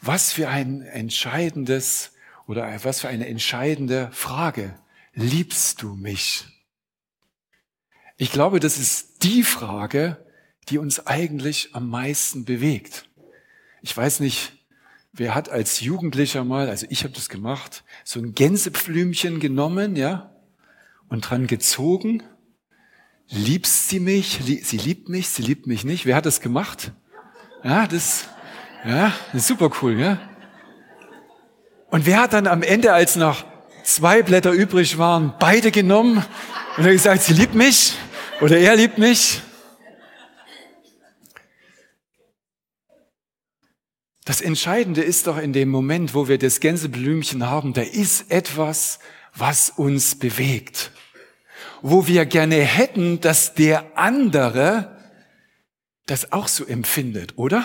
was für ein entscheidendes oder was für eine entscheidende Frage. Liebst du mich? Ich glaube, das ist die Frage, die uns eigentlich am meisten bewegt. Ich weiß nicht, wer hat als Jugendlicher mal, also ich habe das gemacht, so ein Gänseblümchen genommen, ja, und dran gezogen. Liebt sie mich? Sie liebt mich nicht. Wer hat das gemacht? Ja, das ist super cool, ja. Und wer hat dann am Ende, als noch 2 Blätter übrig waren, beide genommen und hat gesagt, sie liebt mich oder er liebt mich? Das Entscheidende ist doch in dem Moment, wo wir das Gänseblümchen haben, da ist etwas, was uns bewegt. Wo wir gerne hätten, dass der andere das auch so empfindet, oder?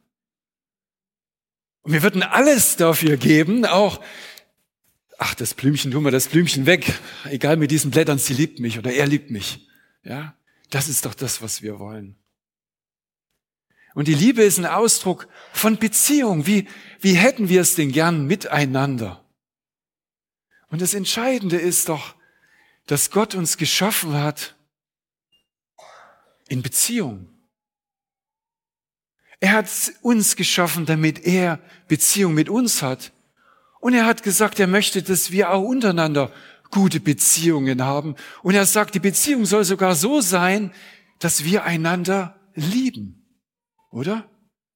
Und wir würden alles dafür geben, auch, das Blümchen, tun wir das Blümchen weg, egal mit diesen Blättern, sie liebt mich oder er liebt mich. Ja, das ist doch das, was wir wollen. Und die Liebe ist ein Ausdruck von Beziehung. Wie hätten wir es denn gern miteinander? Und das Entscheidende ist doch, dass Gott uns geschaffen hat in Beziehung. Er hat uns geschaffen, damit er Beziehung mit uns hat. Und er hat gesagt, er möchte, dass wir auch untereinander gute Beziehungen haben. Und er sagt, die Beziehung soll sogar so sein, dass wir einander lieben. Oder?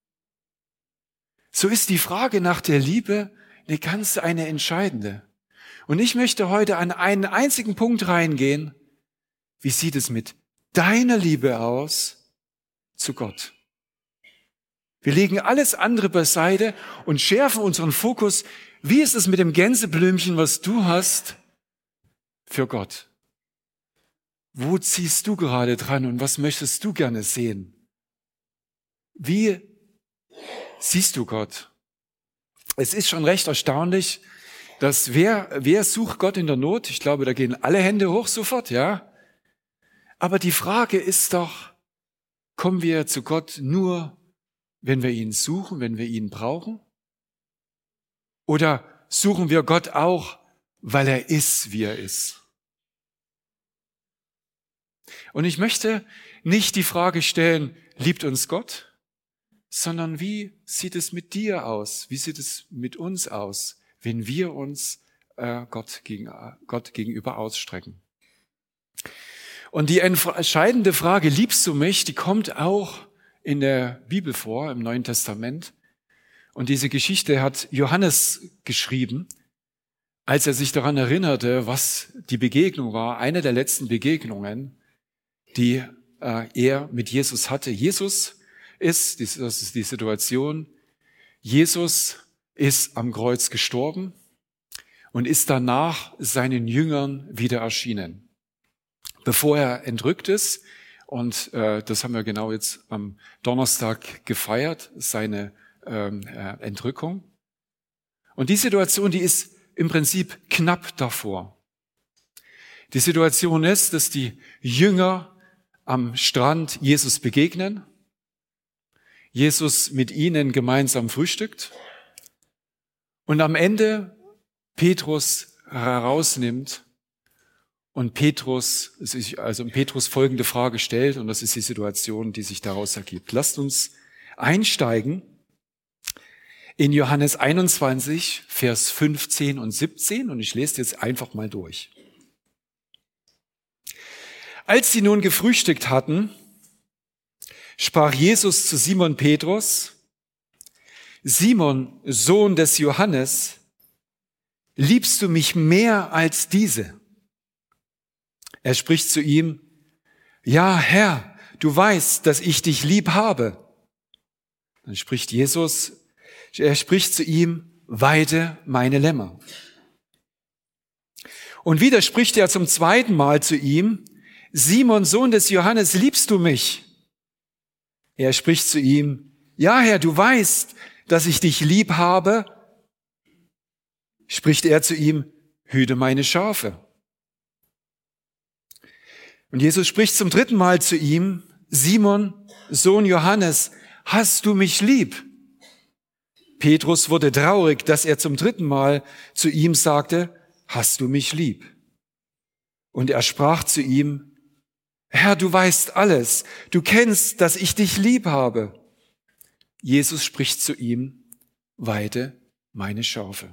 So ist die Frage nach der Liebe eine entscheidende. Und ich möchte heute an einen einzigen Punkt reingehen. Wie sieht es mit deiner Liebe aus zu Gott? Wir legen alles andere beiseite und schärfen unseren Fokus. Wie ist es mit dem Gänseblümchen, was du hast, für Gott? Wo ziehst du gerade dran und was möchtest du gerne sehen? Wie siehst du Gott? Es ist schon recht erstaunlich, dass wer sucht Gott in der Not? Ich glaube, da gehen alle Hände hoch sofort, ja. Aber die Frage ist doch, kommen wir zu Gott nur, wenn wir ihn suchen, wenn wir ihn brauchen? Oder suchen wir Gott auch, weil er ist, wie er ist? Und ich möchte nicht die Frage stellen, liebt uns Gott? Sondern wie sieht es mit dir aus? Wie sieht es mit uns aus, wenn wir uns Gott gegenüber ausstrecken? Und die entscheidende Frage, liebst du mich, die kommt auch in der Bibel vor, im Neuen Testament. Und diese Geschichte hat Johannes geschrieben, als er sich daran erinnerte, was die Begegnung war, eine der letzten Begegnungen, die er mit Jesus hatte. Das ist die Situation, Jesus ist am Kreuz gestorben und ist danach seinen Jüngern wieder erschienen. Bevor er entrückt ist, und das haben wir genau jetzt am Donnerstag gefeiert, seine Entrückung. Und die Situation, die ist im Prinzip knapp davor. Die Situation ist, dass die Jünger am Strand Jesus begegnen, Jesus mit ihnen gemeinsam frühstückt und am Ende Petrus herausnimmt und Petrus folgende Frage stellt, und das ist die Situation, die sich daraus ergibt. Lasst uns einsteigen in Johannes 21, Vers 15 und 17, und ich lese jetzt einfach mal durch. Als sie nun gefrühstückt hatten, sprach Jesus zu Simon Petrus: Simon, Sohn des Johannes, liebst du mich mehr als diese? Er spricht zu ihm: Ja, Herr, du weißt, dass ich dich lieb habe. Dann spricht er spricht zu ihm: Weide meine Lämmer. Und wieder spricht er zum zweiten Mal zu ihm: Simon, Sohn des Johannes, liebst du mich? Er spricht zu ihm: Ja, Herr, du weißt, dass ich dich lieb habe. Spricht er zu ihm: Hüte meine Schafe. Und Jesus spricht zum dritten Mal zu ihm: Simon, Sohn Johannes, hast du mich lieb? Petrus wurde traurig, dass er zum 3. Mal zu ihm sagte, hast du mich lieb? Und er sprach zu ihm, Herr, du weißt alles, du kennst, dass ich dich lieb habe. Jesus spricht zu ihm, weide meine Schafe.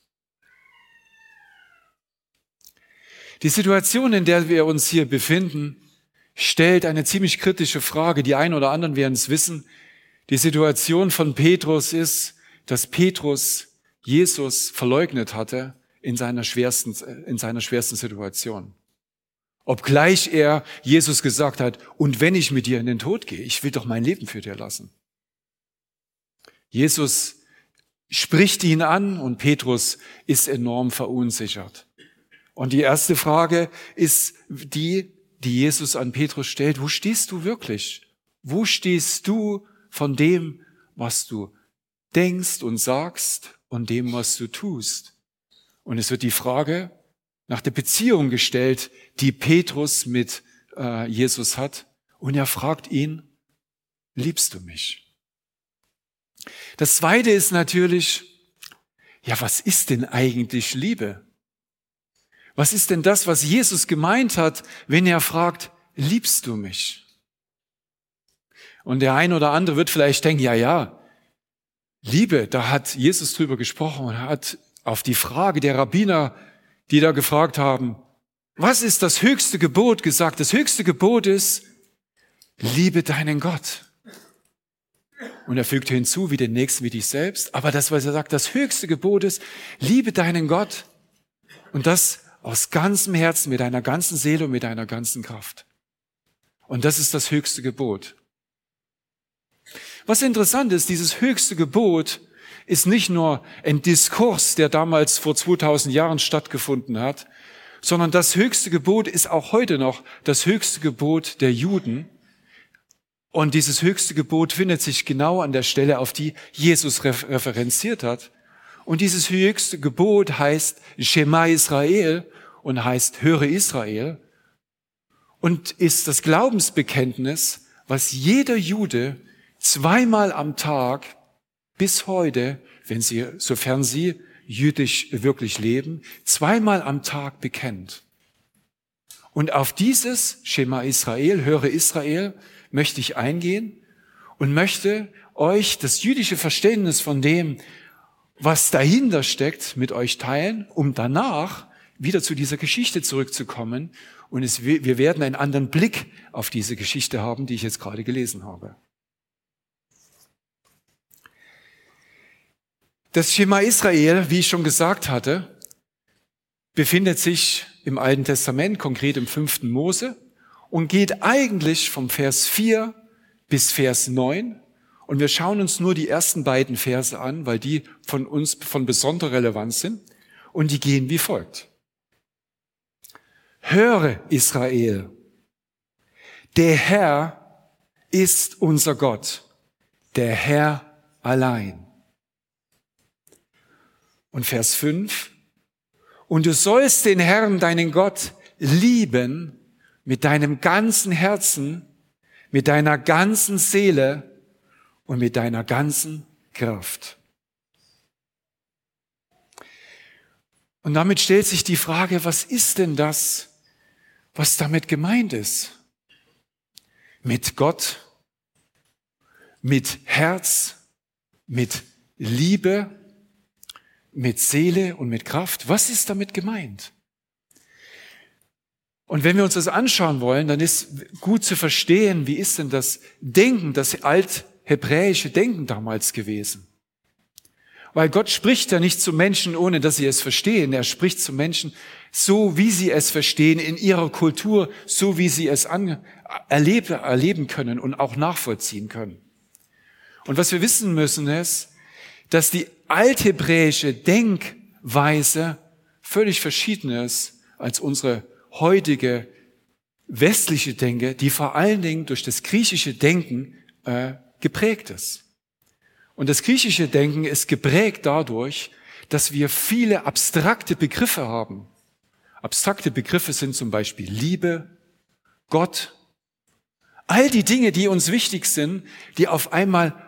Die Situation, in der wir uns hier befinden, stellt eine ziemlich kritische Frage. Die einen oder anderen werden es wissen. Die Situation von Petrus ist, dass Petrus Jesus verleugnet hatte in seiner schwersten Situation. Obgleich er Jesus gesagt hat, und wenn ich mit dir in den Tod gehe, ich will doch mein Leben für dir lassen. Jesus spricht ihn an und Petrus ist enorm verunsichert. Und die erste Frage ist die Jesus an Petrus stellt, wo stehst du wirklich? Wo stehst du von dem, was du denkst und sagst und dem, was du tust? Und es wird die Frage nach der Beziehung gestellt, die Petrus mit Jesus hat. Und er fragt ihn, liebst du mich? Das Zweite ist natürlich, ja, was ist denn eigentlich Liebe? Was ist denn das, was Jesus gemeint hat, wenn er fragt, liebst du mich? Und der ein oder andere wird vielleicht denken, ja, Liebe, da hat Jesus drüber gesprochen und hat auf die Frage der Rabbiner, die da gefragt haben, was ist das höchste Gebot, gesagt. Das höchste Gebot ist, liebe deinen Gott. Und er fügte hinzu, wie den Nächsten, wie dich selbst. Aber das, was er sagt, das höchste Gebot ist, liebe deinen Gott. Und das aus ganzem Herzen, mit deiner ganzen Seele und mit deiner ganzen Kraft. Und das ist das höchste Gebot. Was interessant ist, dieses höchste Gebot ist nicht nur ein Diskurs, der damals vor 2000 Jahren stattgefunden hat, sondern das höchste Gebot ist auch heute noch das höchste Gebot der Juden. Und dieses höchste Gebot findet sich genau an der Stelle, auf die Jesus referenziert hat. Und dieses höchste Gebot heißt Shema Israel und heißt Höre Israel und ist das Glaubensbekenntnis, was jeder Jude zweimal am Tag bis heute, sofern sie jüdisch wirklich leben, zweimal am Tag bekennt. Und auf dieses Shema Israel, Höre Israel, möchte ich eingehen und möchte euch das jüdische Verständnis von dem, was dahinter steckt, mit euch teilen, um danach wieder zu dieser Geschichte zurückzukommen. Und wir werden einen anderen Blick auf diese Geschichte haben, die ich jetzt gerade gelesen habe. Das Shema Israel, wie ich schon gesagt hatte, befindet sich im Alten Testament, konkret im 5. Mose, und geht eigentlich vom Vers 4 bis Vers 9. Und wir schauen uns nur die ersten beiden Verse an, weil die von uns von besonderer Relevanz sind. Und die gehen wie folgt. Höre, Israel, der Herr ist unser Gott, der Herr allein. Und Vers 5. Und du sollst den Herrn, deinen Gott, lieben mit deinem ganzen Herzen, mit deiner ganzen Seele und mit deiner ganzen Kraft. Und damit stellt sich die Frage, was ist denn das, was damit gemeint ist? Mit Gott, mit Herz, mit Liebe, mit Seele und mit Kraft. Was ist damit gemeint? Und wenn wir uns das anschauen wollen, dann ist gut zu verstehen, wie ist denn das Denken, das althebräische Denken damals gewesen? Weil Gott spricht ja nicht zu Menschen, ohne dass sie es verstehen. Er spricht zu Menschen so, wie sie es verstehen, in ihrer Kultur, so wie sie es erleben können und auch nachvollziehen können. Und was wir wissen müssen ist, dass die althebräische Denkweise völlig verschieden ist als unsere heutige westliche Denke, die vor allen Dingen durch das griechische Denken geprägt ist. Und das griechische Denken ist geprägt dadurch, dass wir viele abstrakte Begriffe haben. Abstrakte Begriffe sind zum Beispiel Liebe, Gott, all die Dinge, die uns wichtig sind, die auf einmal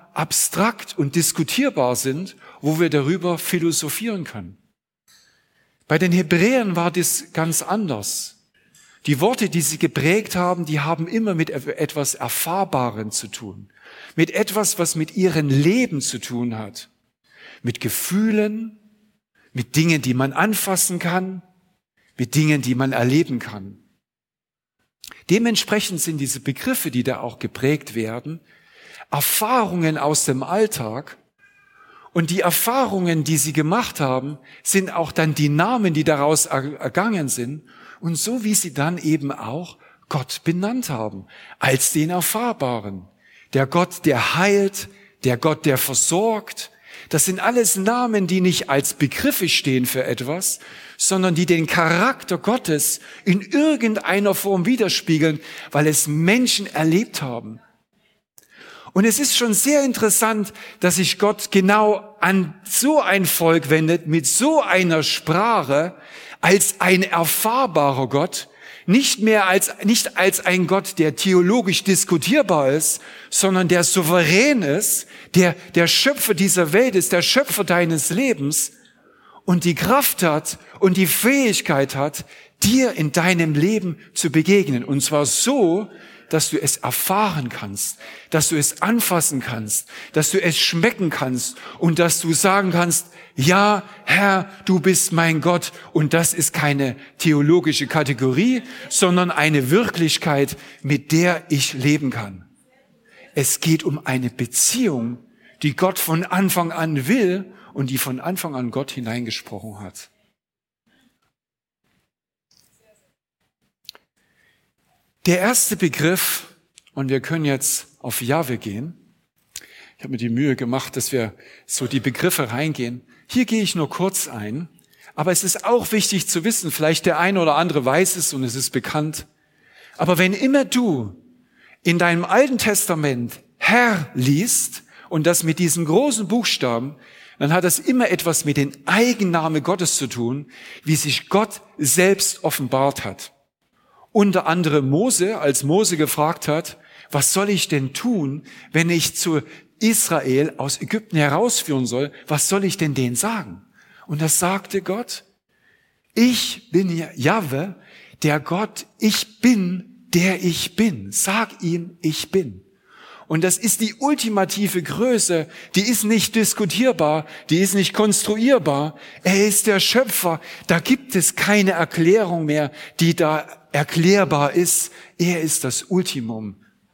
abstrakt und diskutierbar sind, wo wir darüber philosophieren können. Bei den Hebräern war das ganz anders. Die Worte, die sie geprägt haben, die haben immer mit etwas Erfahrbarem zu tun. Mit etwas, was mit ihrem Leben zu tun hat. Mit Gefühlen, mit Dingen, die man anfassen kann, mit Dingen, die man erleben kann. Dementsprechend sind diese Begriffe, die da auch geprägt werden, Erfahrungen aus dem Alltag. Und die Erfahrungen, die sie gemacht haben, sind auch dann die Namen, die daraus ergangen sind. Und so wie sie dann eben auch Gott benannt haben, als den Erfahrbaren. Der Gott, der heilt, der Gott, der versorgt. Das sind alles Namen, die nicht als Begriffe stehen für etwas, sondern die den Charakter Gottes in irgendeiner Form widerspiegeln, weil es Menschen erlebt haben. Und es ist schon sehr interessant, dass sich Gott genau an so ein Volk wendet, mit so einer Sprache, als ein erfahrbarer Gott, nicht als ein Gott, der theologisch diskutierbar ist, sondern der souverän ist, der Schöpfer dieser Welt ist, der Schöpfer deines Lebens und die Kraft hat und die Fähigkeit hat, dir in deinem Leben zu begegnen. Und zwar so, dass du es erfahren kannst, dass du es anfassen kannst, dass du es schmecken kannst und dass du sagen kannst, ja, Herr, du bist mein Gott. Und das ist keine theologische Kategorie, sondern eine Wirklichkeit, mit der ich leben kann. Es geht um eine Beziehung, die Gott von Anfang an will und die von Anfang an Gott hineingesprochen hat. Der erste Begriff, und wir können jetzt auf Jahwe gehen. Ich habe mir die Mühe gemacht, dass wir so die Begriffe reingehen. Hier gehe ich nur kurz ein, aber es ist auch wichtig zu wissen, vielleicht der eine oder andere weiß es und es ist bekannt. Aber wenn immer du in deinem Alten Testament Herr liest und das mit diesen großen Buchstaben, dann hat das immer etwas mit dem Eigennamen Gottes zu tun, wie sich Gott selbst offenbart hat. Unter anderem Mose, als Mose gefragt hat, was soll ich denn tun, wenn ich zu Israel aus Ägypten herausführen soll? Was soll ich denn denen sagen? Und das sagte Gott, ich bin Jahwe, der Gott, ich bin, der ich bin. Sag ihm, ich bin. Und das ist die ultimative Größe, die ist nicht diskutierbar, die ist nicht konstruierbar. Er ist der Schöpfer, da gibt es keine Erklärung mehr, die da erklärbar ist. Er ist das Ultimum.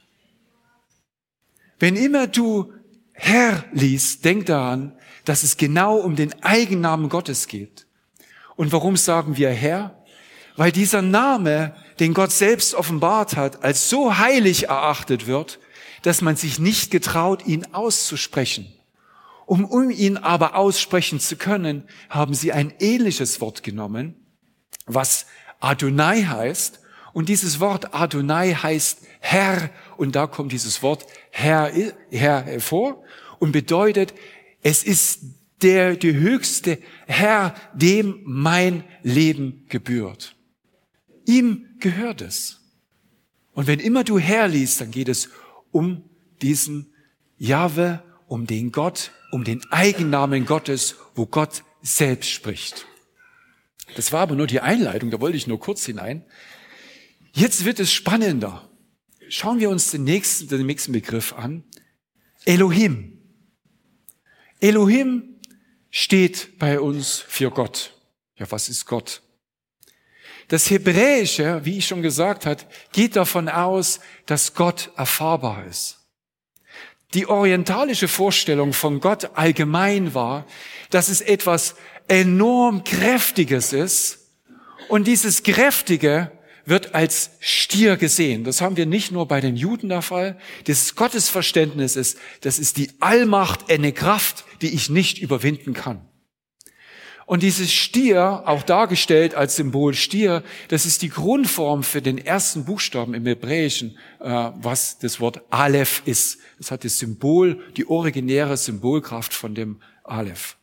Wenn immer du Herr liest, denk daran, dass es genau um den Eigennamen Gottes geht. Und warum sagen wir Herr? Weil dieser Name, den Gott selbst offenbart hat, als so heilig erachtet wird, dass man sich nicht getraut, ihn auszusprechen. Um ihn aber aussprechen zu können, haben sie ein ähnliches Wort genommen, was Adonai heißt. Und dieses Wort Adonai heißt Herr. Und da kommt dieses Wort Herr hervor und bedeutet, es ist der höchste Herr, dem mein Leben gebührt. Ihm gehört es. Und wenn immer du Herr liest, dann geht es um diesen Jahwe, um den Gott, um den Eigennamen Gottes, wo Gott selbst spricht. Das war aber nur die Einleitung, da wollte ich nur kurz hinein. Jetzt wird es spannender. Schauen wir uns den nächsten Begriff an. Elohim. Elohim steht bei uns für Gott. Ja, was ist Gott? Das Hebräische, wie ich schon gesagt habe, geht davon aus, dass Gott erfahrbar ist. Die orientalische Vorstellung von Gott allgemein war, dass es etwas enorm Kräftiges ist und dieses Kräftige wird als Stier gesehen. Das haben wir nicht nur bei den Juden der Fall. Das Gottesverständnis ist, das ist die Allmacht, eine Kraft, die ich nicht überwinden kann. Und dieses Stier, auch dargestellt als Symbol Stier, das ist die Grundform für den ersten Buchstaben im Hebräischen, was das Wort Aleph ist. Das hat das Symbol, die originäre Symbolkraft von dem Aleph.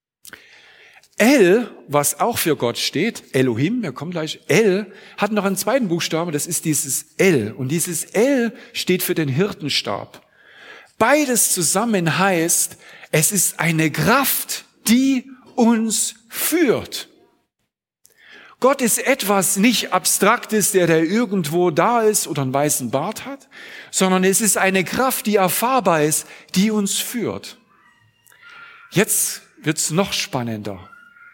El, was auch für Gott steht, Elohim, wir kommen gleich, El, hat noch einen zweiten Buchstaben, das ist dieses El. Und dieses El steht für den Hirtenstab. Beides zusammen heißt, es ist eine Kraft, die uns führt. Gott ist etwas nicht Abstraktes, der irgendwo da ist oder einen weißen Bart hat, sondern es ist eine Kraft, die erfahrbar ist, die uns führt. Jetzt wird's noch spannender.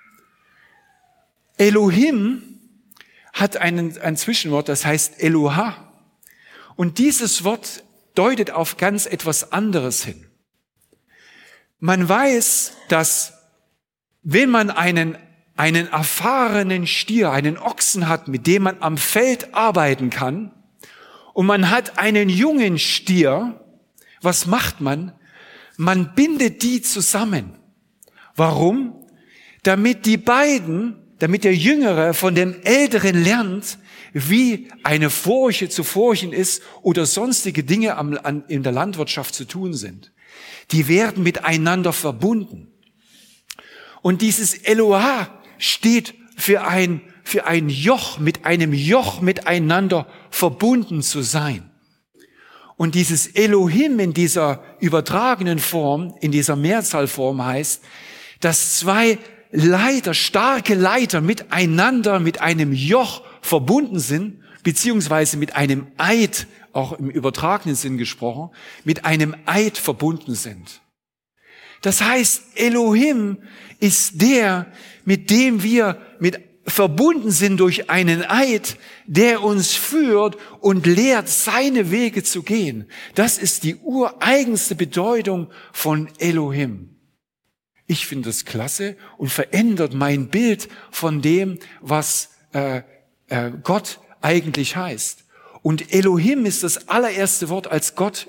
Elohim hat ein Zwischenwort, das heißt Eloha. Und dieses Wort deutet auf ganz etwas anderes hin. Man weiß, dass wenn man einen erfahrenen Stier, einen Ochsen hat, mit dem man am Feld arbeiten kann, und man hat einen jungen Stier, was macht man? Man bindet die zusammen. Warum? Damit der Jüngere von dem Älteren lernt, wie eine Furche zu furchen ist oder sonstige Dinge in der Landwirtschaft zu tun sind. Die werden miteinander verbunden. Und dieses Eloah steht für ein Joch, mit einem Joch miteinander verbunden zu sein. Und dieses Elohim in dieser übertragenen Form, in dieser Mehrzahlform heißt, dass zwei starke Leiter miteinander mit einem Joch verbunden sind, beziehungsweise mit einem Eid, auch im übertragenen Sinn gesprochen, mit einem Eid verbunden sind. Das heißt, Elohim ist der, mit dem wir verbunden sind durch einen Eid, der uns führt und lehrt, seine Wege zu gehen. Das ist die ureigenste Bedeutung von Elohim. Ich finde das klasse und verändert mein Bild von dem, was Gott eigentlich heißt. Und Elohim ist das allererste Wort, als Gott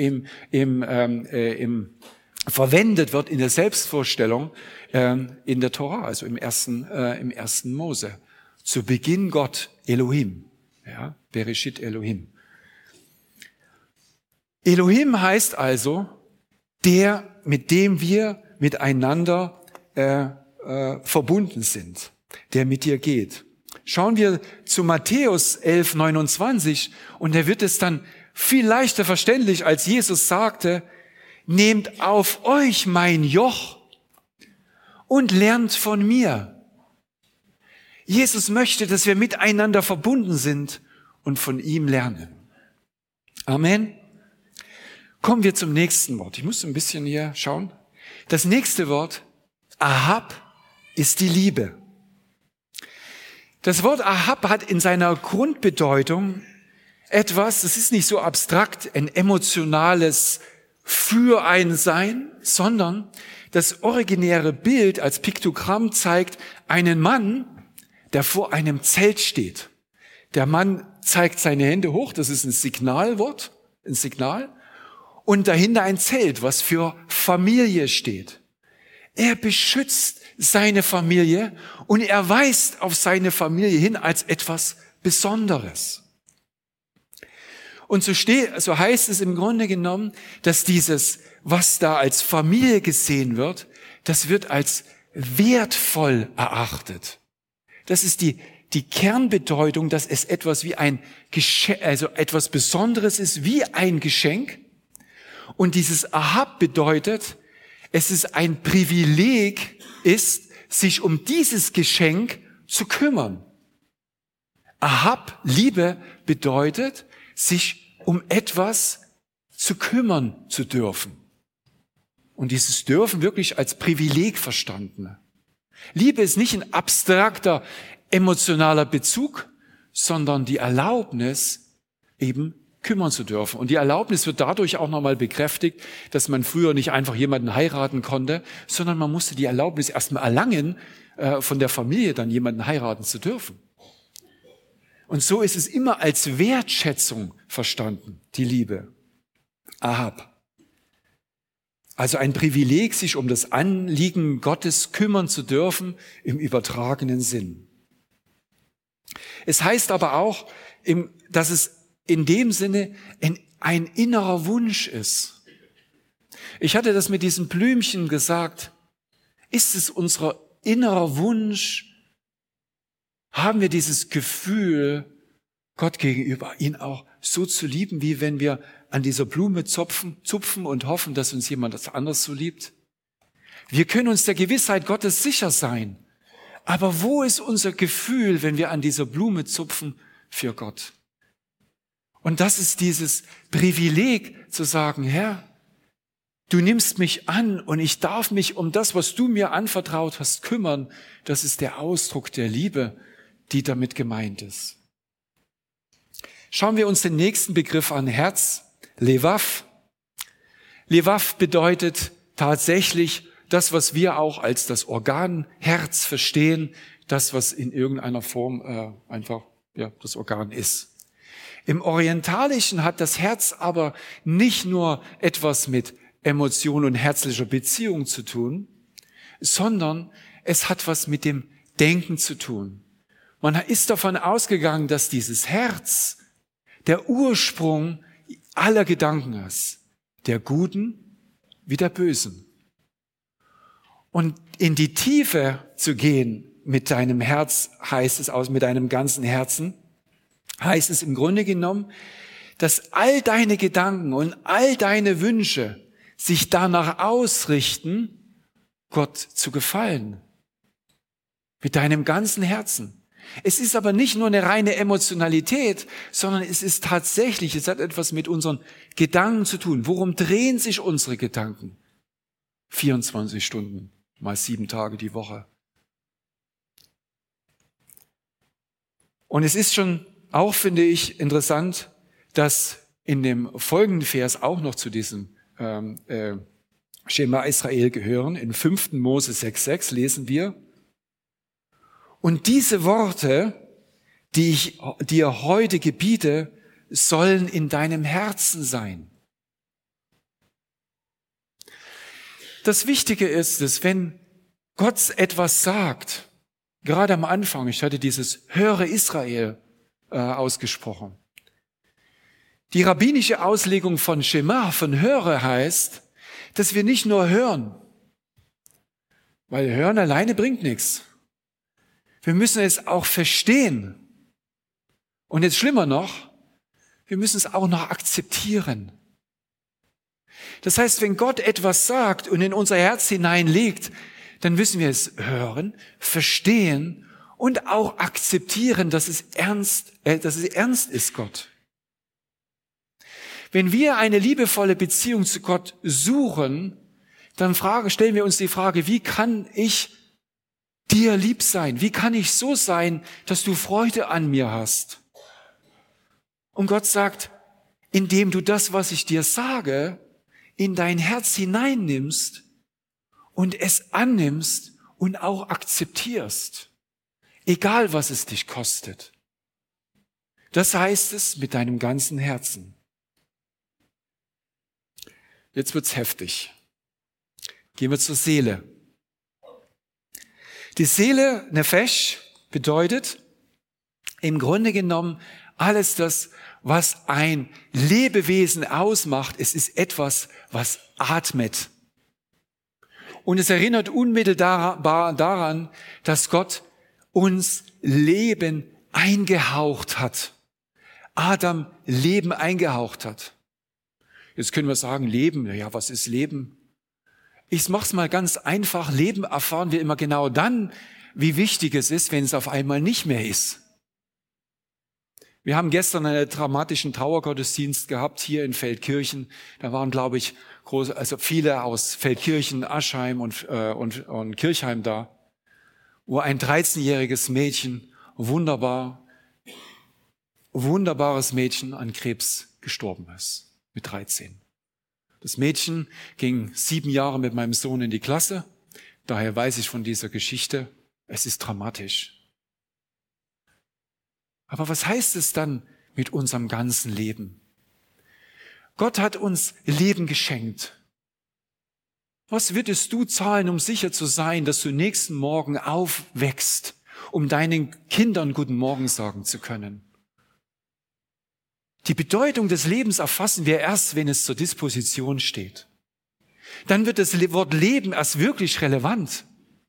verwendet wird in der Selbstvorstellung in der Tora, also im ersten Mose. Zu Beginn Gott, Elohim, ja, Bereshit Elohim. Elohim heißt also der, mit dem wir miteinander verbunden sind, der mit dir geht. Schauen wir zu Matthäus 11,29 und da wird es dann viel leichter verständlich, als Jesus sagte, nehmt auf euch mein Joch und lernt von mir. Jesus möchte, dass wir miteinander verbunden sind und von ihm lernen. Amen. Kommen wir zum nächsten Wort. Ich muss ein bisschen hier schauen. Das nächste Wort, Ahab, ist die Liebe. Das Wort Ahab hat in seiner Grundbedeutung etwas, das ist nicht so abstrakt, ein emotionales Für-ein-Sein, sondern das originäre Bild als Piktogramm zeigt einen Mann, der vor einem Zelt steht. Der Mann zeigt seine Hände hoch, das ist ein Signalwort, ein Signal, und dahinter ein Zelt, was für Familie steht. Er beschützt seine Familie und er weist auf seine Familie hin als etwas Besonderes. Und so heißt es im Grunde genommen, dass dieses, was da als Familie gesehen wird, das wird als wertvoll erachtet. Das ist die Kernbedeutung, dass es etwas wie ein Geschenk, also etwas Besonderes ist, wie ein Geschenk. Und dieses Ahab bedeutet, es ist ein Privileg, sich um dieses Geschenk zu kümmern. Ahab, Liebe, bedeutet, sich um etwas zu kümmern zu dürfen. Und dieses Dürfen wirklich als Privileg verstanden. Liebe ist nicht ein abstrakter, emotionaler Bezug, sondern die Erlaubnis, eben kümmern zu dürfen. Und die Erlaubnis wird dadurch auch nochmal bekräftigt, dass man früher nicht einfach jemanden heiraten konnte, sondern man musste die Erlaubnis erstmal erlangen, von der Familie dann jemanden heiraten zu dürfen. Und so ist es immer als Wertschätzung verstanden, die Liebe. Ahab. Also ein Privileg, sich um das Anliegen Gottes kümmern zu dürfen, im übertragenen Sinn. Es heißt aber auch, dass es in dem Sinne ein innerer Wunsch ist. Ich hatte das mit diesen Blümchen gesagt. Ist es unser innerer Wunsch? Haben wir dieses Gefühl, Gott gegenüber ihn auch so zu lieben, wie wenn wir an dieser Blume zupfen und hoffen, dass uns jemand anders so liebt. Wir können uns der Gewissheit Gottes sicher sein. Aber wo ist unser Gefühl, wenn wir an dieser Blume zupfen für Gott? Und das ist dieses Privileg zu sagen, Herr, du nimmst mich an und ich darf mich um das, was du mir anvertraut hast, kümmern. Das ist der Ausdruck der Liebe, die damit gemeint ist. Schauen wir uns den nächsten Begriff an, Herz, Levav. Levav bedeutet tatsächlich das, was wir auch als das Organ Herz verstehen, das, was in irgendeiner Form einfach das Organ ist. Im Orientalischen hat das Herz aber nicht nur etwas mit Emotion und herzlicher Beziehung zu tun, sondern es hat was mit dem Denken zu tun. Man ist davon ausgegangen, dass dieses Herz der Ursprung aller Gedanken ist, der Guten wie der Bösen. Und in die Tiefe zu gehen mit deinem Herz, heißt es aus, mit deinem ganzen Herzen, heißt es im Grunde genommen, dass all deine Gedanken und all deine Wünsche sich danach ausrichten, Gott zu gefallen. Mit deinem ganzen Herzen. Es ist aber nicht nur eine reine Emotionalität, sondern es ist tatsächlich, es hat etwas mit unseren Gedanken zu tun. Worum drehen sich unsere Gedanken? 24 Stunden, mal 7 Tage die Woche. Und es ist schon auch, finde ich, interessant, dass in dem folgenden Vers auch noch zu diesem Schema Israel gehören. In 5. Mose 6,6 lesen wir: Und diese Worte, die ich dir heute gebiete, sollen in deinem Herzen sein. Das Wichtige ist es, wenn Gott etwas sagt, gerade am Anfang, ich hatte dieses Höre Israel ausgesprochen. Die rabbinische Auslegung von Schema, von Höre, heißt, dass wir nicht nur hören, weil Hören alleine bringt nichts. Wir müssen es auch verstehen. Und jetzt schlimmer noch, wir müssen es auch noch akzeptieren. Das heißt, wenn Gott etwas sagt und in unser Herz hineinlegt, dann müssen wir es hören, verstehen und auch akzeptieren, dass es ernst ist, Gott. Wenn wir eine liebevolle Beziehung zu Gott suchen, dann stellen wir uns die Frage, wie kann ich dir lieb sein? Wie kann ich so sein, dass du Freude an mir hast? Und Gott sagt, indem du das, was ich dir sage, in dein Herz hineinnimmst und es annimmst und auch akzeptierst, egal was es dich kostet. Das heißt es mit deinem ganzen Herzen. Jetzt wird's heftig. Gehen wir zur Seele. Die Seele, Nefesh, bedeutet im Grunde genommen alles das, was ein Lebewesen ausmacht. Es ist etwas, was atmet. Und es erinnert unmittelbar daran, dass Gott uns Leben eingehaucht hat. Adam Leben eingehaucht hat. Jetzt können wir sagen, Leben, ja, was ist Leben? Ich mach's mal ganz einfach. Leben erfahren wir immer genau dann, wie wichtig es ist, wenn es auf einmal nicht mehr ist. Wir haben gestern einen dramatischen Trauergottesdienst gehabt hier in Feldkirchen. Da waren, glaube ich, viele aus Feldkirchen, Aschheim und Kirchheim da, wo ein 13-jähriges Mädchen, wunderbares Mädchen an Krebs gestorben ist. Mit 13. Das Mädchen ging 7 Jahre mit meinem Sohn in die Klasse. Daher weiß ich von dieser Geschichte. Es ist dramatisch. Aber was heißt es dann mit unserem ganzen Leben? Gott hat uns Leben geschenkt. Was würdest du zahlen, um sicher zu sein, dass du nächsten Morgen aufwächst, um deinen Kindern guten Morgen sagen zu können? Die Bedeutung des Lebens erfassen wir erst, wenn es zur Disposition steht. Dann wird das Wort Leben erst wirklich relevant.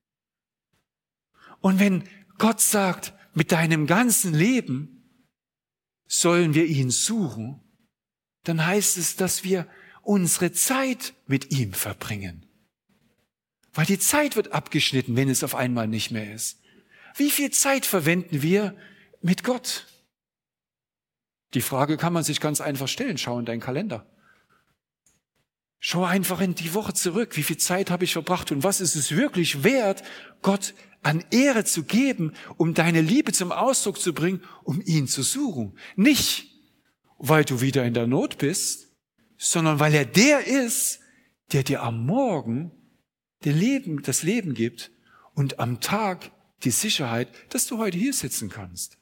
Und wenn Gott sagt, mit deinem ganzen Leben sollen wir ihn suchen, dann heißt es, dass wir unsere Zeit mit ihm verbringen. Weil die Zeit wird abgeschnitten, wenn es auf einmal nicht mehr ist. Wie viel Zeit verwenden wir mit Gott? Die Frage kann man sich ganz einfach stellen. Schau in deinen Kalender. Schau einfach in die Woche zurück. Wie viel Zeit habe ich verbracht und was ist es wirklich wert, Gott an Ehre zu geben, um deine Liebe zum Ausdruck zu bringen, um ihn zu suchen? Nicht, weil du wieder in der Not bist, sondern weil er der ist, der dir am Morgen das Leben gibt und am Tag die Sicherheit, dass du heute hier sitzen kannst.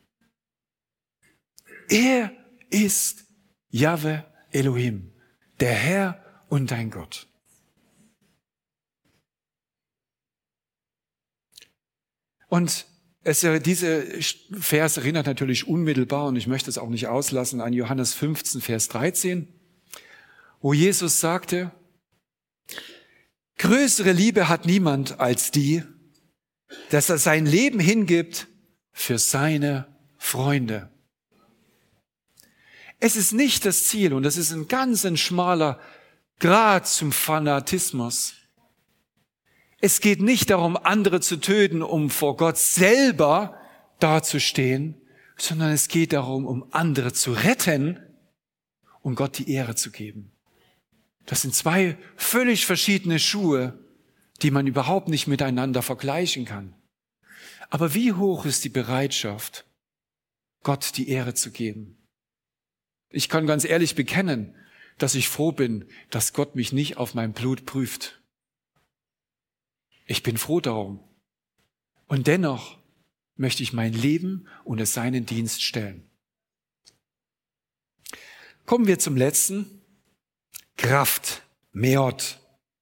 Er ist Jahwe Elohim, der Herr und dein Gott. Und diese Vers erinnert natürlich unmittelbar, und ich möchte es auch nicht auslassen, an Johannes 15, Vers 13, wo Jesus sagte, größere Liebe hat niemand als die, dass er sein Leben hingibt für seine Freunde. Es ist nicht das Ziel, und das ist ein ganz schmaler Grat zum Fanatismus. Es geht nicht darum, andere zu töten, um vor Gott selber dazustehen, sondern es geht darum, um andere zu retten, um Gott die Ehre zu geben. Das sind zwei völlig verschiedene Schuhe, die man überhaupt nicht miteinander vergleichen kann. Aber wie hoch ist die Bereitschaft, Gott die Ehre zu geben? Ich kann ganz ehrlich bekennen, dass ich froh bin, dass Gott mich nicht auf mein Blut prüft. Ich bin froh darum. Und dennoch möchte ich mein Leben unter seinen Dienst stellen. Kommen wir zum letzten. Kraft, Meot.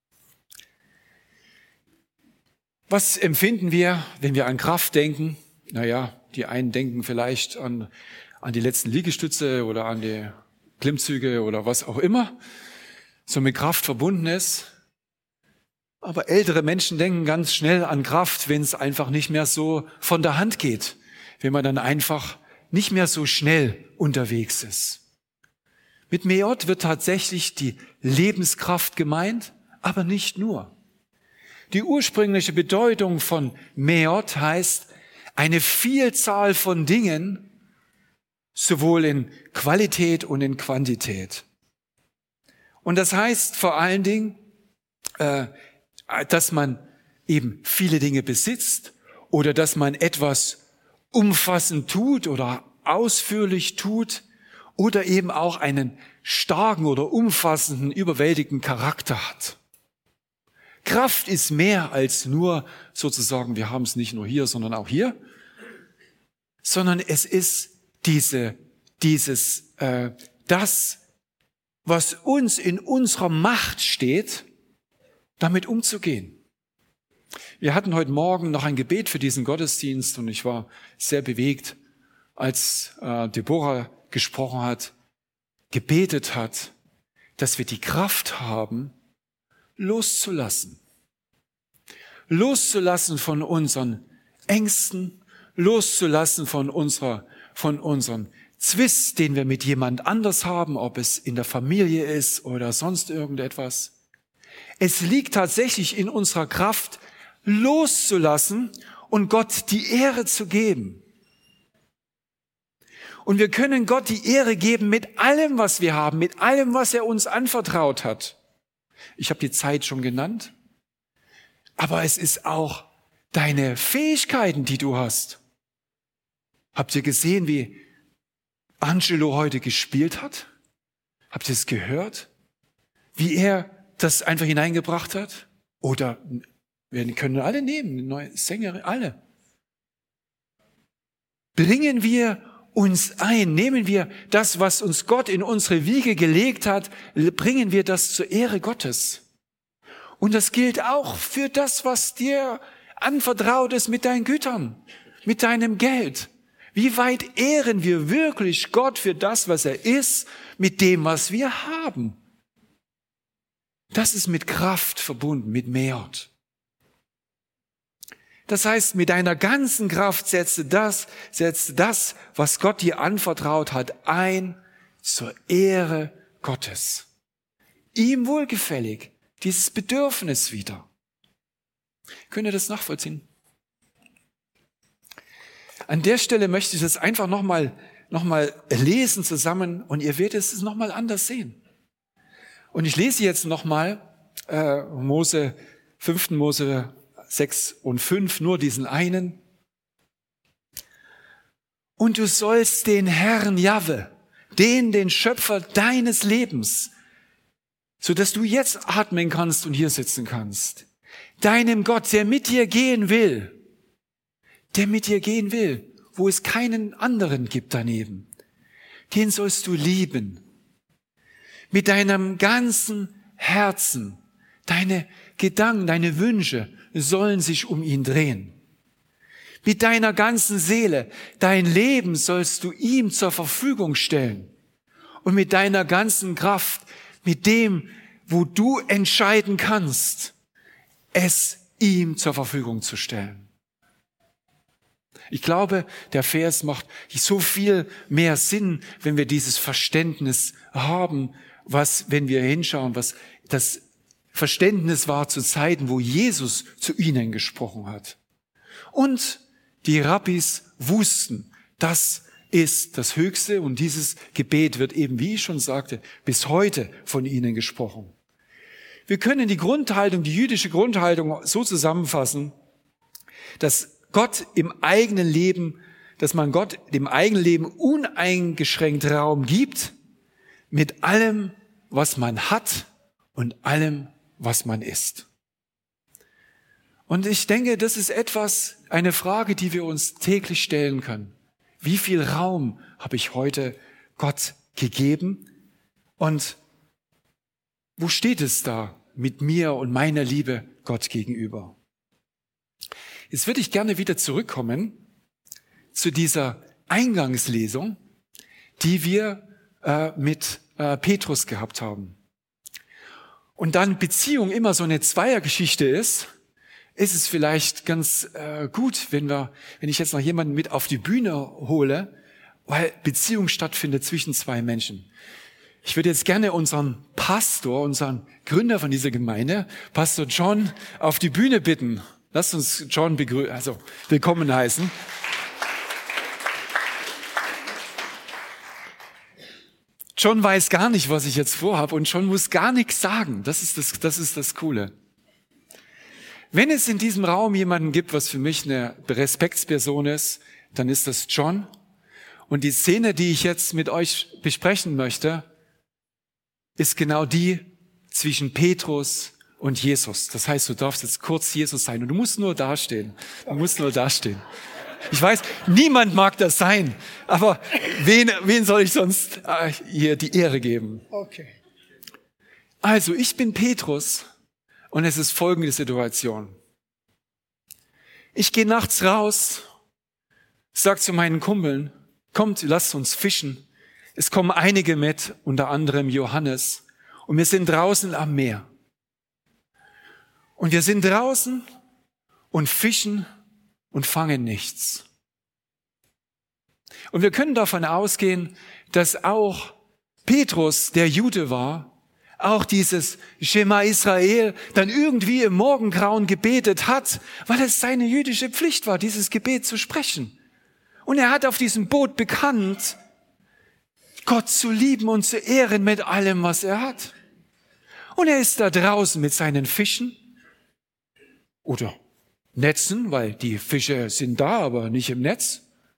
Was empfinden wir, wenn wir an Kraft denken? Naja, die einen denken vielleicht an die letzten Liegestütze oder an die Klimmzüge oder was auch immer so mit Kraft verbunden ist. Aber ältere Menschen denken ganz schnell an Kraft, wenn es einfach nicht mehr so von der Hand geht, wenn man dann einfach nicht mehr so schnell unterwegs ist. Mit Meot wird tatsächlich die Lebenskraft gemeint, aber nicht nur. Die ursprüngliche Bedeutung von Meot heißt eine Vielzahl von Dingen, sowohl in Qualität und in Quantität. Und das heißt vor allen Dingen, dass man eben viele Dinge besitzt oder dass man etwas umfassend tut oder ausführlich tut oder eben auch einen starken oder umfassenden, überwältigenden Charakter hat. Kraft ist mehr als nur sozusagen, wir haben es nicht nur hier, sondern auch hier, sondern es ist das, was uns in unserer Macht steht, damit umzugehen. Wir hatten heute Morgen noch ein Gebet für diesen Gottesdienst und ich war sehr bewegt, als Deborah gesprochen hat, gebetet hat, dass wir die Kraft haben, loszulassen. Loszulassen von unseren Ängsten, loszulassen von unseren Zwist, den wir mit jemand anders haben, ob es in der Familie ist oder sonst irgendetwas. Es liegt tatsächlich in unserer Kraft, loszulassen und Gott die Ehre zu geben. Und wir können Gott die Ehre geben mit allem, was wir haben, mit allem, was er uns anvertraut hat. Ich habe die Zeit schon genannt, aber es ist auch deine Fähigkeiten, die du hast. Habt ihr gesehen, wie Angelo heute gespielt hat? Habt ihr es gehört? Wie er das einfach hineingebracht hat? Oder wir können alle nehmen, eine neue Sängerin, alle. Bringen wir uns ein, nehmen wir das, was uns Gott in unsere Wiege gelegt hat, bringen wir das zur Ehre Gottes. Und das gilt auch für das, was dir anvertraut ist mit deinen Gütern, mit deinem Geld. Wie weit ehren wir wirklich Gott für das, was er ist, mit dem, was wir haben? Das ist mit Kraft verbunden, mit Meot. Das heißt, mit deiner ganzen Kraft setze das, was Gott dir anvertraut hat, ein zur Ehre Gottes. Ihm wohlgefällig, dieses Bedürfnis wieder. Könnt ihr das nachvollziehen? An der Stelle möchte ich das einfach nochmal lesen zusammen und ihr werdet es nochmal anders sehen. Und ich lese jetzt nochmal 5. Mose 6 und 5, nur diesen einen. Und du sollst den Herrn Jahwe, den Schöpfer deines Lebens, sodass du jetzt atmen kannst und hier sitzen kannst, deinem Gott, der mit dir gehen will, wo es keinen anderen gibt daneben, den sollst du lieben. Mit deinem ganzen Herzen, deine Gedanken, deine Wünsche sollen sich um ihn drehen. Mit deiner ganzen Seele, dein Leben sollst du ihm zur Verfügung stellen. Und mit deiner ganzen Kraft, mit dem, wo du entscheiden kannst, es ihm zur Verfügung zu stellen. Ich glaube, der Vers macht so viel mehr Sinn, wenn wir dieses Verständnis haben, wenn wir hinschauen, was das Verständnis war zu Zeiten, wo Jesus zu ihnen gesprochen hat. Und die Rabbis wussten, das ist das Höchste und dieses Gebet wird eben, wie ich schon sagte, bis heute von ihnen gesprochen. Wir können die jüdische Grundhaltung so zusammenfassen, dass man Gott im eigenen Leben uneingeschränkt Raum gibt, mit allem, was man hat und allem, was man ist. Und ich denke, das ist eine Frage, die wir uns täglich stellen können. Wie viel Raum habe ich heute Gott gegeben? Und wo steht es da mit mir und meiner Liebe Gott gegenüber? Jetzt würde ich gerne wieder zurückkommen zu dieser Eingangslesung, die wir mit Petrus gehabt haben. Und dann Beziehung immer so eine Zweiergeschichte ist es vielleicht ganz gut, wenn ich jetzt noch jemanden mit auf die Bühne hole, weil Beziehung stattfindet zwischen zwei Menschen. Ich würde jetzt gerne unseren Pastor, unseren Gründer von dieser Gemeinde, Pastor John, auf die Bühne bitten. Lasst uns John willkommen heißen. John weiß gar nicht, was ich jetzt vorhabe und John muss gar nichts sagen. Das ist das Coole. Wenn es in diesem Raum jemanden gibt, was für mich eine Respektsperson ist, dann ist das John. Und die Szene, die ich jetzt mit euch besprechen möchte, ist genau die zwischen Petrus und Jesus. Das heißt, du darfst jetzt kurz Jesus sein und du musst nur dastehen. Ich weiß, niemand mag das sein, aber wen soll ich sonst hier die Ehre geben? Okay. Also, ich bin Petrus und es ist folgende Situation. Ich gehe nachts raus, sag zu meinen Kumpeln, kommt, lasst uns fischen. Es kommen einige mit, unter anderem Johannes, und wir sind draußen am Meer. Und wir sind draußen und fischen und fangen nichts. Und wir können davon ausgehen, dass auch Petrus, der Jude war, auch dieses Shema Israel dann irgendwie im Morgengrauen gebetet hat, weil es seine jüdische Pflicht war, dieses Gebet zu sprechen. Und er hat auf diesem Boot bekannt, Gott zu lieben und zu ehren mit allem, was er hat. Und er ist da draußen mit seinen Fischen oder Netzen, weil die Fische sind da, aber nicht im Netz.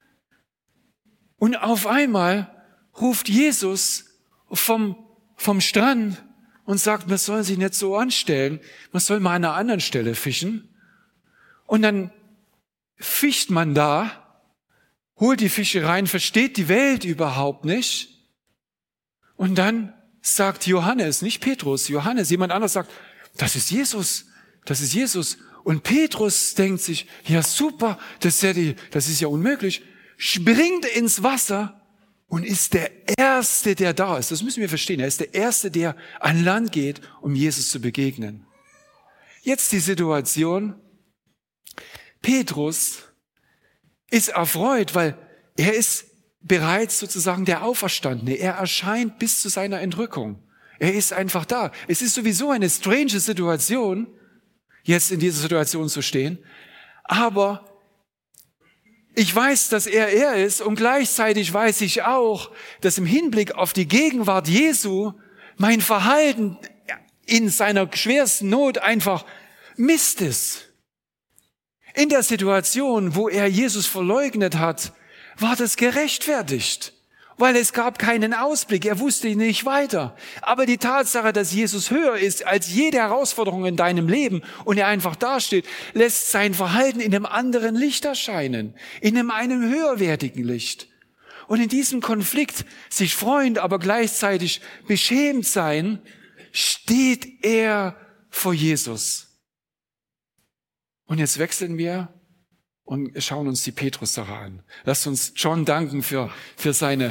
Und auf einmal ruft Jesus vom Strand und sagt, man soll sich nicht so anstellen, man soll mal an einer anderen Stelle fischen. Und dann fischt man da, holt die Fische rein, versteht die Welt überhaupt nicht. Und dann sagt Johannes, nicht Petrus, Johannes, jemand anderes sagt, das ist Jesus. Und Petrus denkt sich, ja super, das ist ja unmöglich, springt ins Wasser und ist der Erste, der da ist. Das müssen wir verstehen. Er ist der Erste, der an Land geht, um Jesus zu begegnen. Jetzt die Situation. Petrus ist erfreut, weil er ist bereits sozusagen der Auferstandene. Er erscheint bis zu seiner Entrückung. Er ist einfach da. Es ist sowieso eine strange Situation, jetzt in dieser Situation zu stehen. Aber ich weiß, dass er ist und gleichzeitig weiß ich auch, dass im Hinblick auf die Gegenwart Jesu mein Verhalten in seiner schwersten Not einfach Mist ist. In der Situation, wo er Jesus verleugnet hat, war das gerechtfertigt, weil es gab keinen Ausblick, er wusste nicht weiter. Aber die Tatsache, dass Jesus höher ist als jede Herausforderung in deinem Leben und er einfach dasteht, lässt sein Verhalten in einem anderen Licht erscheinen, in einem höherwertigen Licht. Und in diesem Konflikt, sich freuend, aber gleichzeitig beschämt sein, steht er vor Jesus. Und jetzt wechseln wir und schauen uns die Petrus-Sache an. Lasst uns John danken für seine...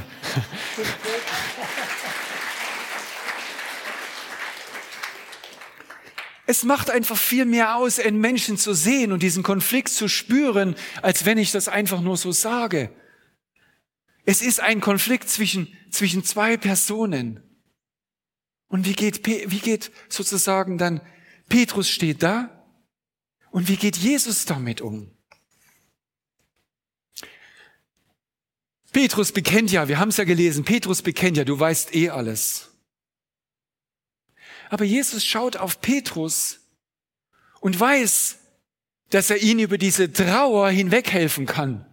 Es macht einfach viel mehr aus, einen Menschen zu sehen und diesen Konflikt zu spüren, als wenn ich das einfach nur so sage. Es ist ein Konflikt zwischen zwei Personen. Und wie geht sozusagen dann, Petrus steht da und wie geht Jesus damit um? Petrus bekennt ja, wir haben es ja gelesen, Petrus bekennt ja, du weißt eh alles. Aber Jesus schaut auf Petrus und weiß, dass er ihn über diese Trauer hinweghelfen kann.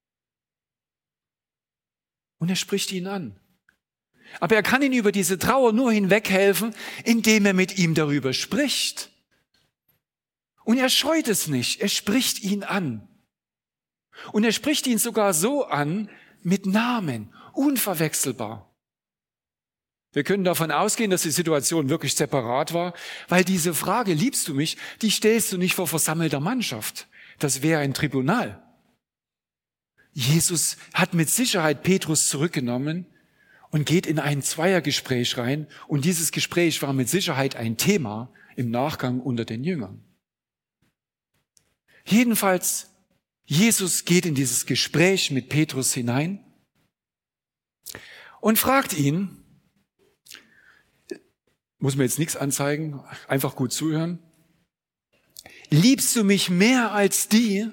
Und er spricht ihn an. Aber er kann ihn über diese Trauer nur hinweghelfen, indem er mit ihm darüber spricht. Und er scheut es nicht, er spricht ihn an. Und er spricht ihn sogar so an, mit Namen, unverwechselbar. Wir können davon ausgehen, dass die Situation wirklich separat war, weil diese Frage, liebst du mich, die stellst du nicht vor versammelter Mannschaft. Das wäre ein Tribunal. Jesus hat mit Sicherheit Petrus zurückgenommen und geht in ein Zweiergespräch rein. Und dieses Gespräch war mit Sicherheit ein Thema im Nachgang unter den Jüngern. Jedenfalls, Jesus geht in dieses Gespräch mit Petrus hinein und fragt ihn, muss mir jetzt nichts anzeigen, einfach gut zuhören, liebst du mich mehr als die?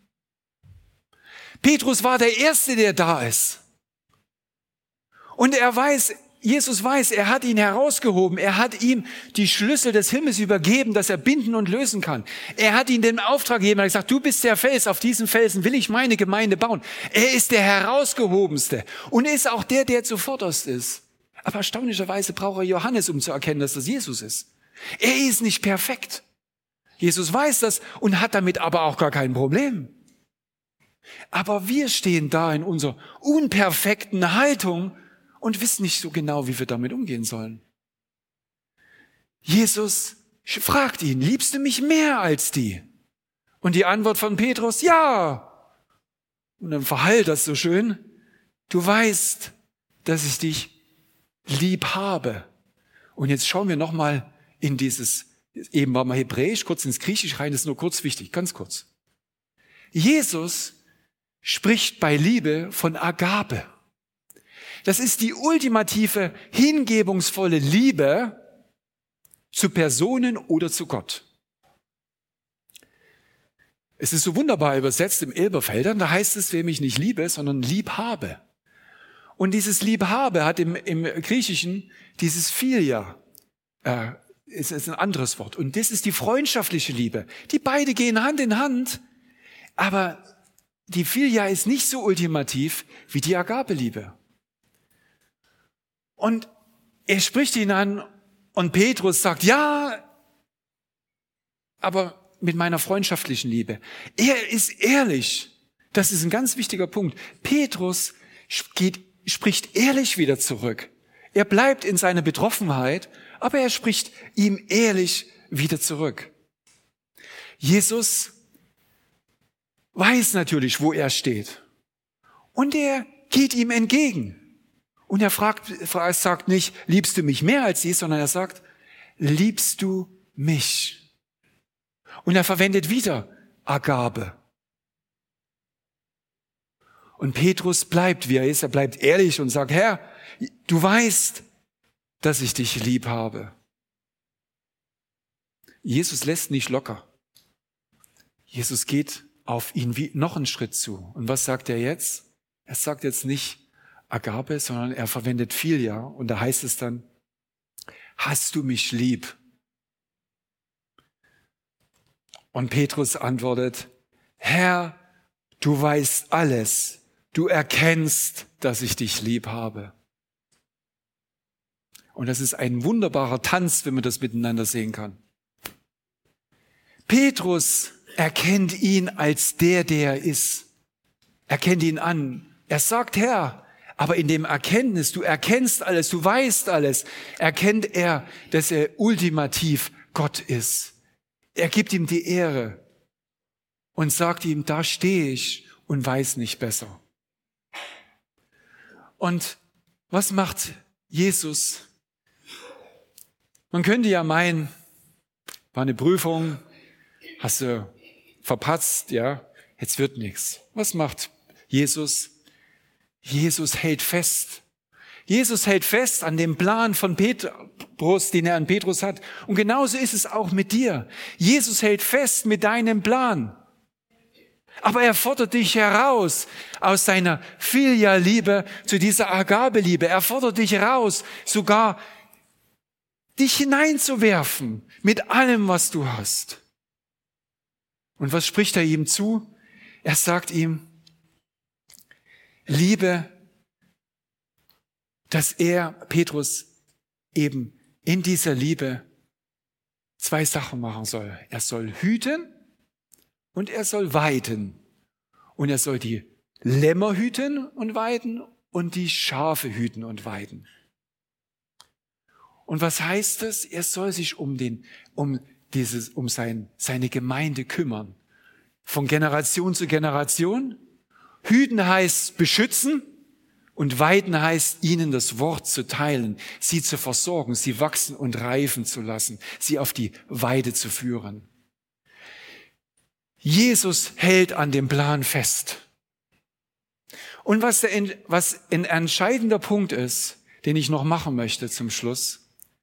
Petrus war der Erste, der da ist. Und Jesus weiß, er hat ihn herausgehoben, er hat ihm die Schlüssel des Himmels übergeben, dass er binden und lösen kann. Er hat ihm den Auftrag gegeben, er hat gesagt, du bist der Fels, auf diesen Felsen will ich meine Gemeinde bauen. Er ist der Herausgehobenste und ist auch der zuvorderst ist. Aber erstaunlicherweise braucht er Johannes, um zu erkennen, dass das Jesus ist. Er ist nicht perfekt. Jesus weiß das und hat damit aber auch gar kein Problem. Aber wir stehen da in unserer unperfekten Haltung und wissen nicht so genau, wie wir damit umgehen sollen. Jesus fragt ihn, liebst du mich mehr als die? Und die Antwort von Petrus, ja. Und dann verhallt das so schön. Du weißt, dass ich dich lieb habe. Und jetzt schauen wir nochmal in dieses, eben war mal Hebräisch, kurz ins Griechisch rein, das ist nur kurz wichtig, ganz kurz. Jesus spricht bei Liebe von Agape. Das ist die ultimative, hingebungsvolle Liebe zu Personen oder zu Gott. Es ist so wunderbar übersetzt im Elberfeldern, da heißt es, wer mich nicht liebe, sondern lieb habe. Und dieses Liebhabe hat im Griechischen dieses Philia, ist ein anderes Wort. Und das ist die freundschaftliche Liebe. Die beide gehen Hand in Hand, aber die Philia ist nicht so ultimativ wie die Agape-Liebe. Und er spricht ihn an und Petrus sagt, ja, aber mit meiner freundschaftlichen Liebe. Er ist ehrlich. Das ist ein ganz wichtiger Punkt. Petrus spricht ehrlich wieder zurück. Er bleibt in seiner Betroffenheit, aber er spricht ihm ehrlich wieder zurück. Jesus weiß natürlich, wo er steht. Und er geht ihm entgegen. Und er sagt nicht, liebst du mich mehr als sie, sondern er sagt, liebst du mich? Und er verwendet wieder Agape. Und Petrus bleibt, wie er ist. Er bleibt ehrlich und sagt, Herr, du weißt, dass ich dich lieb habe. Jesus lässt nicht locker. Jesus geht auf ihn wie noch einen Schritt zu. Und was sagt er jetzt? Er sagt jetzt nicht Agape, sondern er verwendet Philia. Und da heißt es dann, hast du mich lieb? Und Petrus antwortet, Herr, du weißt alles. Du erkennst, dass ich dich lieb habe. Und das ist ein wunderbarer Tanz, wenn man das miteinander sehen kann. Petrus erkennt ihn als der er ist. Er kennt ihn an. Er sagt, Herr, aber in dem Erkenntnis, du erkennst alles, du weißt alles, erkennt er, dass er ultimativ Gott ist. Er gibt ihm die Ehre und sagt ihm, da stehe ich und weiß nicht besser. Und was macht Jesus? Man könnte ja meinen, war eine Prüfung, hast du verpatzt, ja, jetzt wird nichts. Was macht Jesus? Jesus hält fest. Jesus hält fest an dem Plan von Petrus, den er an Petrus hat. Und genauso ist es auch mit dir. Jesus hält fest mit deinem Plan. Aber er fordert dich heraus aus seiner Philia-Liebe zu dieser Agape-Liebe. Er fordert dich heraus, sogar dich hineinzuwerfen mit allem, was du hast. Und was spricht er ihm zu? Er sagt ihm, Liebe, dass er, Petrus, eben in dieser Liebe 2 Sachen machen soll. Er soll hüten und er soll weiden. Und er soll die Lämmer hüten und weiden und die Schafe hüten und weiden. Und was heißt das? Er soll sich um seine Gemeinde kümmern. Von Generation zu Generation. Hüten heißt beschützen und weiden heißt, ihnen das Wort zu teilen, sie zu versorgen, sie wachsen und reifen zu lassen, sie auf die Weide zu führen. Jesus hält an dem Plan fest. Und was ein entscheidender Punkt ist, den ich noch machen möchte zum Schluss,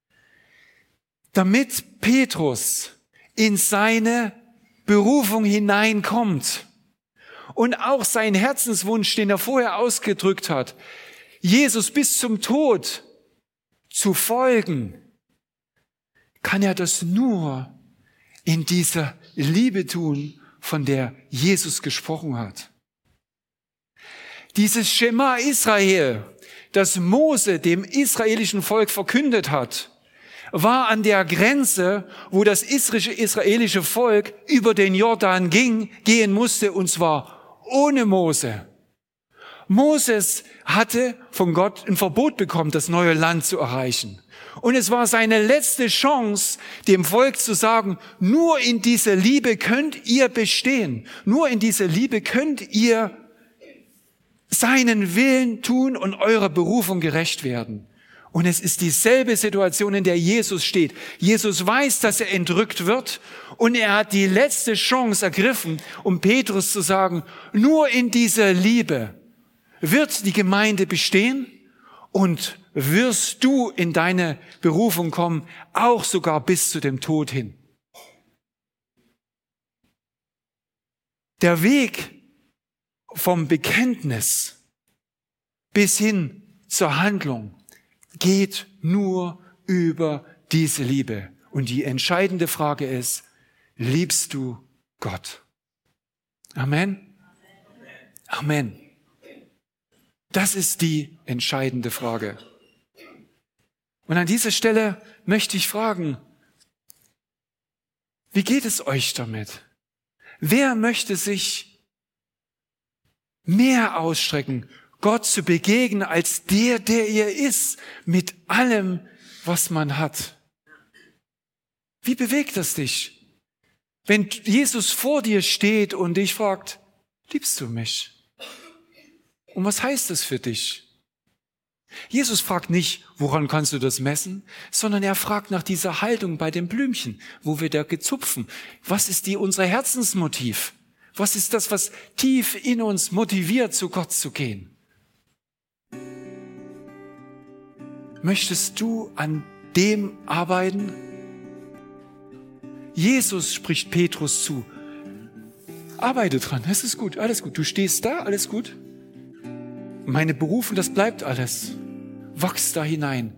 damit Petrus in seine Berufung hineinkommt und auch sein Herzenswunsch, den er vorher ausgedrückt hat, Jesus bis zum Tod zu folgen, kann er das nur in dieser Liebe tun, von der Jesus gesprochen hat. Dieses Schema Israel, das Mose dem israelischen Volk verkündet hat, war an der Grenze, wo das israelische Volk über den Jordan gehen musste, und zwar ohne Mose. Moses hatte von Gott ein Verbot bekommen, das neue Land zu erreichen. Und es war seine letzte Chance, dem Volk zu sagen, nur in dieser Liebe könnt ihr bestehen. Nur in dieser Liebe könnt ihr seinen Willen tun und eurer Berufung gerecht werden. Und es ist dieselbe Situation, in der Jesus steht. Jesus weiß, dass er entrückt wird und er hat die letzte Chance ergriffen, um Petrus zu sagen, nur in dieser Liebe wird die Gemeinde bestehen und wirst du in deine Berufung kommen, auch sogar bis zu dem Tod hin. Der Weg vom Bekenntnis bis hin zur Handlung geht nur über diese Liebe. Und die entscheidende Frage ist, liebst du Gott? Amen? Amen. Das ist die entscheidende Frage. Und an dieser Stelle möchte ich fragen, wie geht es euch damit? Wer möchte sich mehr ausstrecken, Gott zu begegnen als der er ist, mit allem, was man hat? Wie bewegt das dich? Wenn Jesus vor dir steht und dich fragt, liebst du mich? Und was heißt das für dich? Jesus fragt nicht, woran kannst du das messen, sondern er fragt nach dieser Haltung bei den Blümchen, wo wir da gezupfen. Was ist unser Herzensmotiv? Was ist das, was tief in uns motiviert, zu Gott zu gehen? Möchtest du an dem arbeiten? Jesus spricht Petrus zu. Arbeite dran, es ist gut, alles gut. Du stehst da, alles gut. Meine Berufung, das bleibt alles. Wachs da hinein.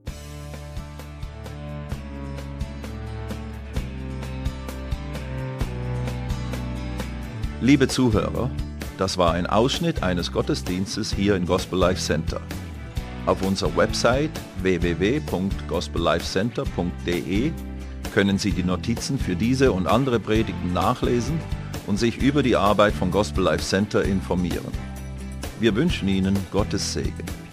Liebe Zuhörer, das war ein Ausschnitt eines Gottesdienstes hier im Gospel Life Center. Auf unserer Website www.gospellifecenter.de können Sie die Notizen für diese und andere Predigten nachlesen und sich über die Arbeit von Gospel Life Center informieren. Wir wünschen Ihnen Gottes Segen.